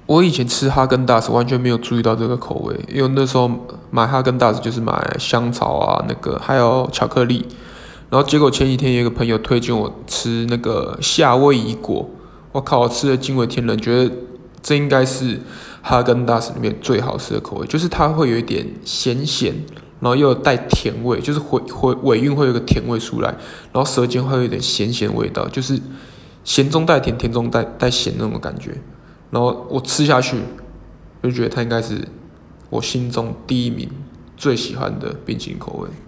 我以前吃哈根达斯完全没有注意到这个口味，因为那时候买哈根达斯就是买香草啊，那个还有巧克力，然后结果前几天有一个朋友推荐我吃那个夏威夷果，我靠，我吃的惊为天人，觉得这应该是哈根达斯里面最好吃的口味，就是它会有一点咸咸，然后又有带甜味，就是尾韵会有一个甜味出来，然后舌尖会有一点咸咸的味道，就是咸中带甜，甜中带咸那种感觉。然后我吃下去，就觉得它应该是我心中第一名最喜欢的冰淇淋口味。